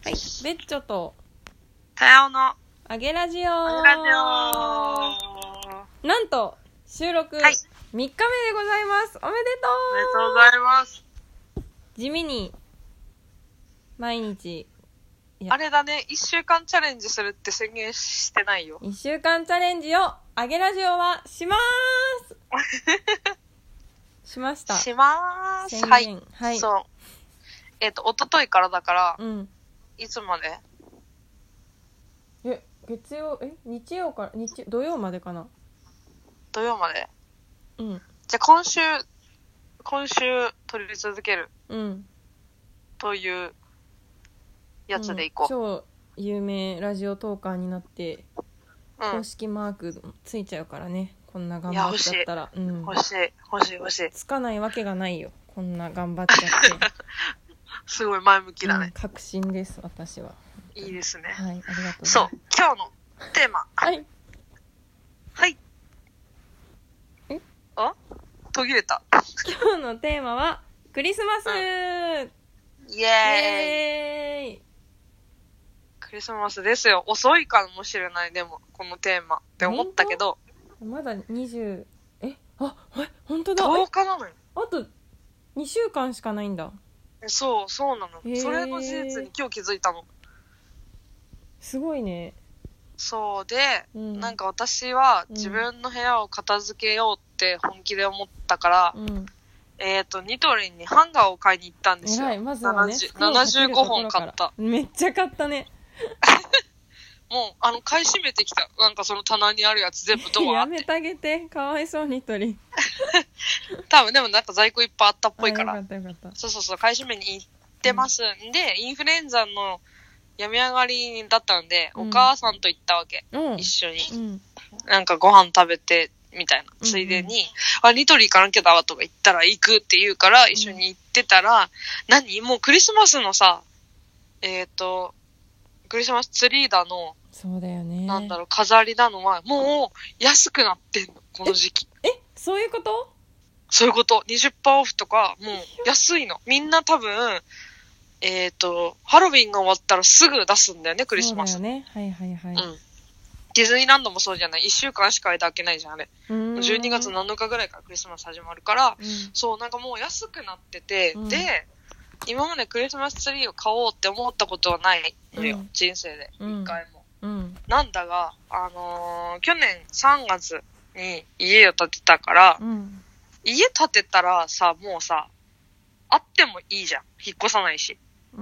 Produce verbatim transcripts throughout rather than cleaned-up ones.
はい、ベッチョとタヤオのあげラジオあげラジオなんと収録はいみっかめでございます。おめでとう。 おめでとうございます。 地味に毎日あれだね、いっしゅうかんチャレンジするって宣言してないよ。 いっしゅうかんチャレンジをあげラジオはしまーすしました。 しまーす。 宣言、 はい、 はい、 そうえっ、ー、と一昨日からだから、 うん、 いつまで？ え月曜え日曜から日土曜までかな。 土曜まで。 うん。 じゃあ今週今週撮り続ける。 うん。 というやつでいこう。 うん、超有名ラジオトーカーになって、 うん、 公式マークついちゃうからね。こんな頑張っちゃったら、うん、 欲しい欲しい欲しい。 つかないわけがないよ。こんな頑張っちゃって。 すごい前向きだね。 うん、確信です私は。 いいですね。 はい、ありがとうございます。 そう、今日のテーマ。 はいはい。 えあ途切れた。 今日のテーマはクリスマス、うん、イエーイイエーイクリスマスですよ。遅いかもしれない。でもこのテーマって思ったけどまだにじゅうえあえ本当だとおかなのよ。 あとにしゅうかんしかないんだ。 そうそうなの。それの事実に今日気づいたの。 すごいね。 そうで、うん、なんか私は自分の部屋を片付けようって本気で思ったから、うん、えっ、ー、とニトリンにハンガーを買いに行ったんですよ。 まずはね、 ななじゅうごほん買った。 めっちゃ買ったね。 もうあの買い占めてきた。なんかその棚にあるやつ全部ドアってやめてあげて、かわいそうニトリン。 多分でもなんか在庫いっぱいあったっぽいから。 よかったよかった。 そうそうそう、買い占めに行ってます、うん、でインフルエンザの病み上がりだったんで、うん、お母さんと行ったわけ、うん、一緒に、うん、なんかご飯食べてみたいな、うんうん、ついでにあニトリ行かなきゃだわとか言ったら行くって言うから一緒に行ってたら、うん、何もうクリスマスのさえっ、ー、とクリスマスツリーだのそうだよねなんだろう飾りだのはもう安くなってんのこの時期。 ええそういうこと？ そういうこと にじゅっパーセント オフとかもう安いのみんな多分えっ、ー、と、ハロウィンが終わったらすぐ出すんだよね、クリスマス。 そうだよね。はいはいはい。うん。 ディズニーランドもそうじゃない。いっしゅうかんしか間開けないじゃん、あれ。じゅうにがつなのかぐらいからクリスマス始まるから、うん、そう、なんかもう安くなってて、うん、で、今までクリスマスツリーを買おうって思ったことはないのよ、うん、人生で。一回も、うん。なんだが、あのー、去年さんがつに家を建てたから、うん、家建てたらさ、もうさ、あってもいいじゃん。引っ越さないし。うん、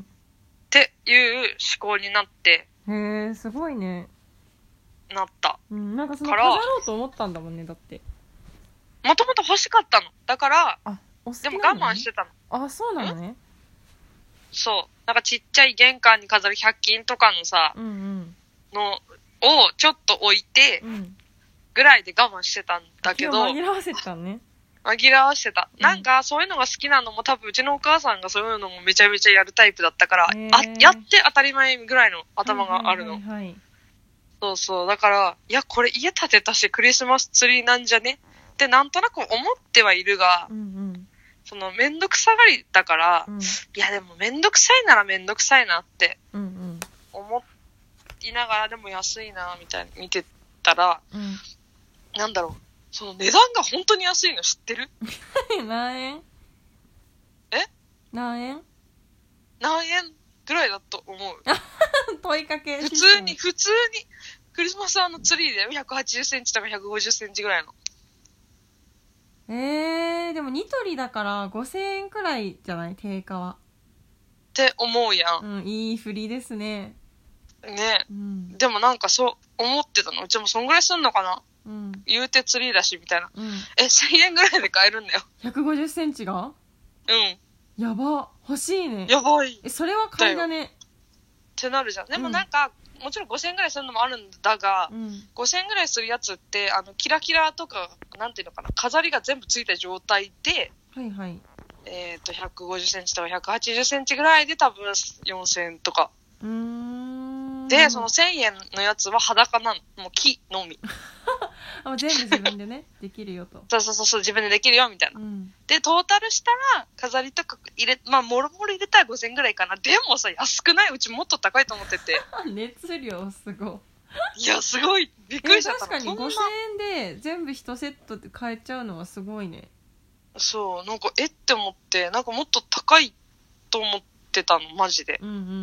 っていう思考になってへーすごいねなった、 うん、なんかその飾ろうと思ったんだもんねだってもともと欲しかったのだからあお好きなの、ね、でも我慢してたのあそうなのねそうなんかちっちゃい玄関に飾るひゃく均とかのさ、うんうん、のをちょっと置いて、うん、ぐらいで我慢してたんだけど紛らわせてたね紛らわしてた、うん、なんかそういうのが好きなのも多分うちのお母さんがそういうのもめちゃめちゃやるタイプだったから、あやって当たり前ぐらいの頭があるの、はいはいはいはい、そうそうだからいやこれ家建てたしクリスマスツリーなんじゃねってなんとなく思ってはいるが、うんうん、そのめんどくさがりだから、うん、いやでもめんどくさいならめんどくさいなって思いながらでも安いなみたいに見てたら、うん、なんだろうその値段が本当に安いの知ってる？ 何円？ え？ 何円？ 何円ぐらいだと思う。 問いかけ。 普通に普通にクリスマスのツリーでひゃくはちじゅっセンチとかひゃくごじゅっセンチぐらいの。 えー、でもニトリだからごせんえんくらいじゃない定価は。 って思うやん。 うんいい振りですね。 ね、うん、でもなんかそう思ってたの。うちもそんぐらいすんのかな。うん、言うてツリーだしみたいな、うん、えせんえんぐらいで買えるんだよひゃくごじゅっセンチがうんやば欲しいねやばいえそれは買いだねってなるじゃんでもなんか、うん、もちろんごせんえんぐらいするのもあるんだが、うん、ごせんえんぐらいするやつってあのキラキラとかなんていうのかな飾りが全部ついた状態ではいはいえっとひゃくごじゅっセンチとかひゃくはちじゅっセンチぐらいで多分よんせんえんとかうーんでそのせんえんのやつは裸なのもう木のみあ全部自分でねできるよと。 そうそうそう、自分でできるよみたいな、 うん、でトータルしたら飾りとか入れまあもろもろ入れたらごせんえんぐらいかな。でもさ安くない？うちもっと高いと思ってて熱量すごい。 いやすごいびっくりしちゃった。 確かにごせんえんで全部一セットで買えちゃうのはすごいね。 そうなんかえって思って、なんかもっと高いと思ってたのマジで。 うんうんうんうん。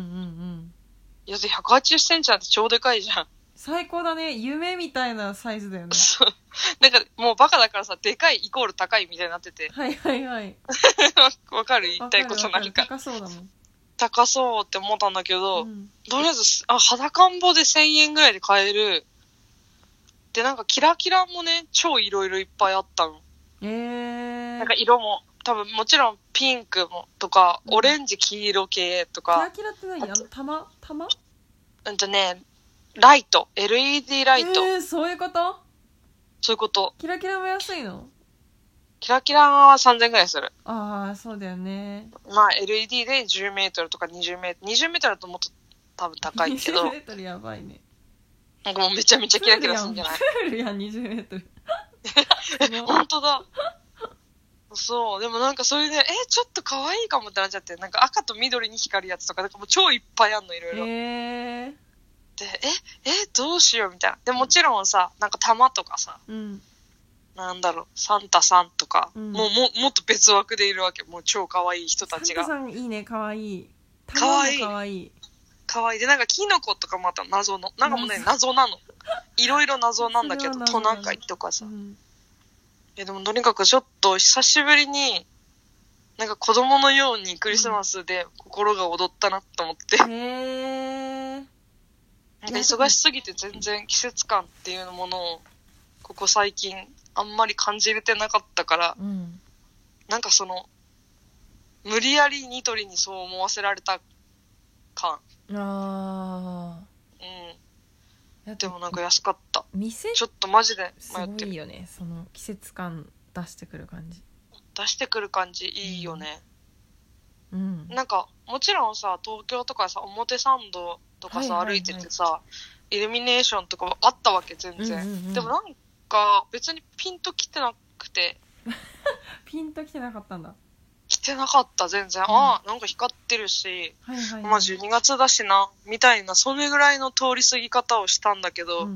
いやでひゃくはちじゅっセンチなんて超でかいじゃん。 最高だね。夢みたいなサイズだよね。 そうなんかもうバカだからさ、でかいイコール高いみたいになってて。 はいはいはい。 わかる？言いたいことなんか。 高そうだもん。 高そうって思ったんだけど、うん、とりあえず、あ、裸んぼでせんえんぐらいで買える。で、なんかキラキラもね、超いろいろいっぱいあったの。 へー。 なんか色も、多分もちろんピンクもとか、オレンジ黄色系とか。 キラキラって何？あの、玉玉うんとね、ライト。エルイーディー ライト。 えー、そういうこと？ そういうこと。 キラキラも安いの？ キラキラはさんぜんえんぐらいする。 ああ、そうだよね。 まあ エルイーディー でじゅうメートルとかにじゅうメートル、にじゅうメートルだともっと多分高いけど。 にじゅうメートルやばいね。 なんかもうめちゃめちゃキラキラするんじゃない？ プールやん、にじゅうメートル。 本当だ。そう、でもなんかそれで、え、ちょっと可愛いかもってなっちゃって、なんか赤と緑に光るやつとか、なんかもう超いっぱいあんの、いろいろ。 へー。 で、え、え、どうしようみたいな。で、もちろんさ、なんか玉とかさ、 うん、 なんだろう、サンタさんとか、 うん、 もうも、もっと別枠でいるわけ。もう超可愛い人たちが。 サンタさんいいね、可愛い。 可愛い。 可愛い。 可愛い。で、なんかキノコとかもあった謎の。なんかもうね、謎なの。いろいろ謎なんだけど、トナカイとかさ。うん、いや、でもとにかくちょっと久しぶりに、なんか子供のようにクリスマスで心が躍ったなと思って。 うん、へー。 なんか忙しすぎて全然季節感っていうものをここ最近あんまり感じれてなかったから、 うん、 なんかその無理やりニトリにそう思わせられた感。 あうん。でもなんか安かった。 店ちょっとマジで迷ってる。 すごいよね、その季節感出してくる感じ。 出してくる感じいいよね。 うん。 なんかもちろんさ、東京とかさ、表参道とかさ、はいはいはい、歩いててさ、イルミネーションとかもあったわけ全然、うんうんうん、でもなんか別にピンときてなくてピンときてなかったんだ。 来てなかった全然、うん、ああなんか光ってるし、 はいはいはい、 まあじゅうにがつだしなみたいな、それぐらいの通り過ぎ方をしたんだけど、うんうん、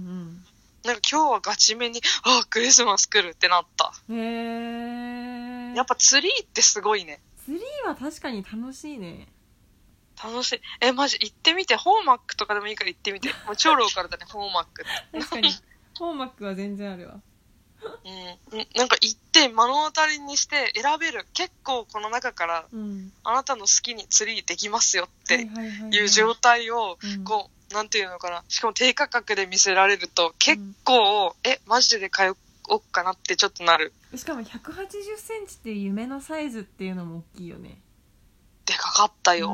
なんか今日はガチめにああクリスマス来るってなった。 へー。 やっぱツリーってすごいね。 ツリーは確かに楽しいね。 楽しい。え、マジ行ってみて。ホーマックとかでもいいから行ってみて。もう超ローカルだね、ホーマックって。 確かに。ホーマックは全然あるわ。 うん。なんか行って目の当たりにして選べる。結構この中から、うん、あなたの好きにツリーできますよっていう状態を、こう、なんていうのかな。しかも低価格で見せられると、結構、うん、え、マジで買おうかなってちょっとなる。 しかもひゃくはちじゅっセンチっていう夢のサイズっていうのも大きいよね。 でかかったよ。 うん。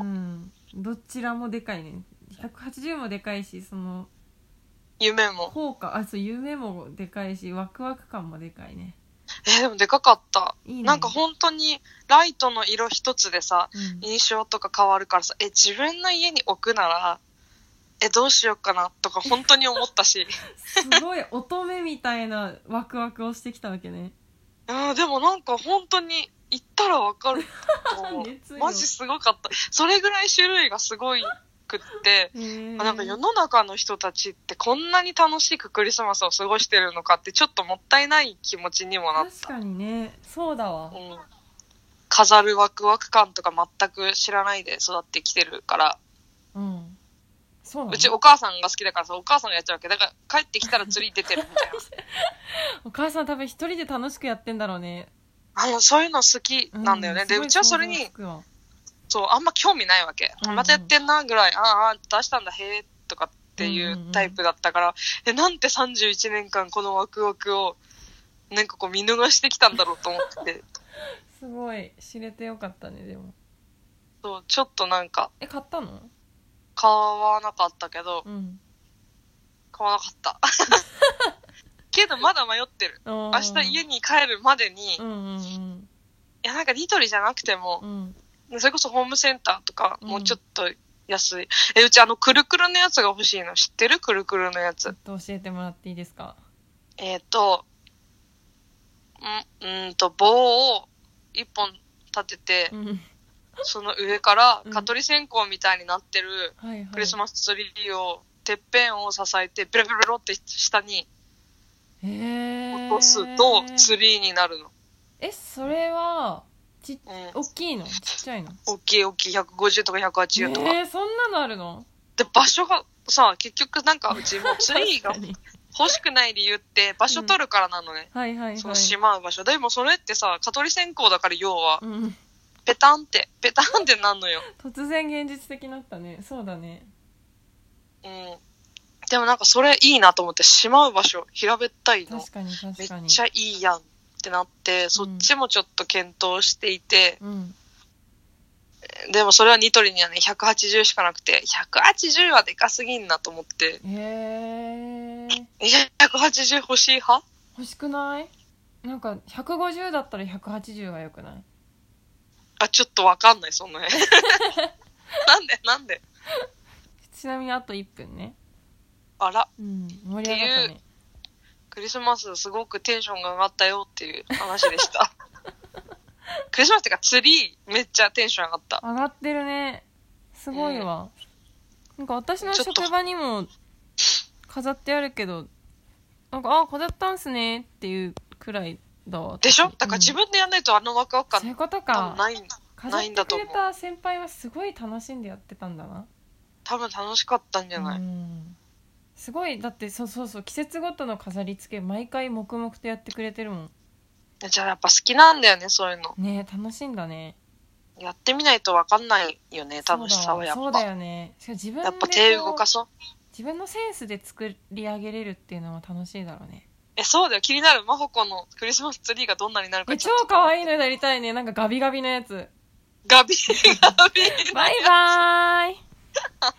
どちらもでかいね。ひゃくはちじゅうもでかいし、その夢も効果、あ、そう夢もでかいし、ワクワク感もでかいね。 えー、でもでかかった。 いいね。 なんか本当にライトの色一つでさ、うん、印象とか変わるからさ、え自分の家に置くならえどうしようかなとか本当に思ったし。 すごい乙女みたいなワクワクをしてきたわけね。 あでもなんか本当に行ったらわかる。マジすごかった。それぐらい種類がすごいくって、なんか世の中の人たちってこんなに楽しくクリスマスを過ごしてるのかってちょっともったいない気持ちにもなった。 確かにね、そうだわ。 うん、飾るワクワク感とか全く知らないで育ってきてるから。 うん。そうなの？ うちお母さんが好きだからさ、お母さんがやっちゃうわけだから帰ってきたらツリー出てるみたいな。 お母さん多分一人で楽しくやってんだろうね。 あのそういうの好きなんだよね、うん、でうちはそれにそうあんま興味ないわけ、うんうん、またやってんなぐらい、ああ出したんだへえとかっていうタイプだったから、うんうん、えなんてさんじゅういちねんかんこのワクワクをなんかこう見逃してきたんだろうと思ってすごい知れてよかったね。でもそうちょっとなんかえ買ったの？ 買わなかったけど、うん、買わなかったけどまだ迷ってる。明日家に帰るまでに、うんうんうん、いやなんかニトリじゃなくても、うん、それこそホームセンターとか、うん、もうちょっと安い。えうちあのくるくるのやつが欲しいの知ってる？くるくるのやつ。 教えてもらっていいですか？ えっ、ー、と、ん、うんと、棒を一本立てて、うん、その上から蚊取り線香みたいになってるクリスマスツリーを、てっぺんを支えて、ベロベロベロって下に落とすとツリーになるの。 え、それは、ち、うん、大きいの？ちっちゃいの？ 大きい大きい、ひゃくごじゅうとかひゃくはちじゅうとか。 えー、そんなのあるの？ で、場所がさ、結局なんかうちもツリーが欲しくない理由って場所取るからなのね。 うん、はいはいはい。 そのしまう場所。でもそれってさ、蚊取り線香だから要は、 うん、 ペタンって、ペタンってなんのよ。 突然現実的になったね。そうだね。 うん。でもなんかそれいいなと思って、しまう場所、平べったいの。 確かに確かに。 めっちゃいいやんってなって、そっちもちょっと検討していて、 うん、 でもそれはニトリにはね、ひゃくはちじゅうしかなくて、ひゃくはちじゅうはでかすぎんなと思って。 へー。 ひゃくはちじゅう欲しい派？ 欲しくない？なんかひゃくごじゅうだったらひゃくはちじゅうがよくない？ あ、ちょっとわかんない、その辺。なんでなんでちなみにあといっぷんね。 あら。 うん、盛り上がったね。 クリスマスすごくテンションが上がったよっていう話でした。クリスマスってかツリーめっちゃテンション上がった。 上がってるね。すごいわ。うん、なんか私の職場にも飾ってあるけど、なんかあ飾ったんすねっていうくらいだわ。 でしょ？だから自分でやんないとあのワクワク感、 そういうことか。 ないんないんだと思う。 飾ってくれた先輩はすごい楽しんでやってたんだな。 多分楽しかったんじゃない？ うん、すごい。だってそうそうそう、季節ごとの飾り付け毎回黙々とやってくれてるもん。 じゃあやっぱ好きなんだよね、そういうの。 ねえ、楽しいんだね。 やってみないと分かんないよね、楽しさはやっぱ。 そうだよね。しかも自分でやっぱ手動かそう。 自分のセンスで作り上げれるっていうのは楽しいだろうね。 え、そうだよ。気になる。マホコのクリスマスツリーがどんなになるかちょっと。超可愛いのやりたいね。なんかガビガビのやつ。 ガビガビ。 バイバーイ。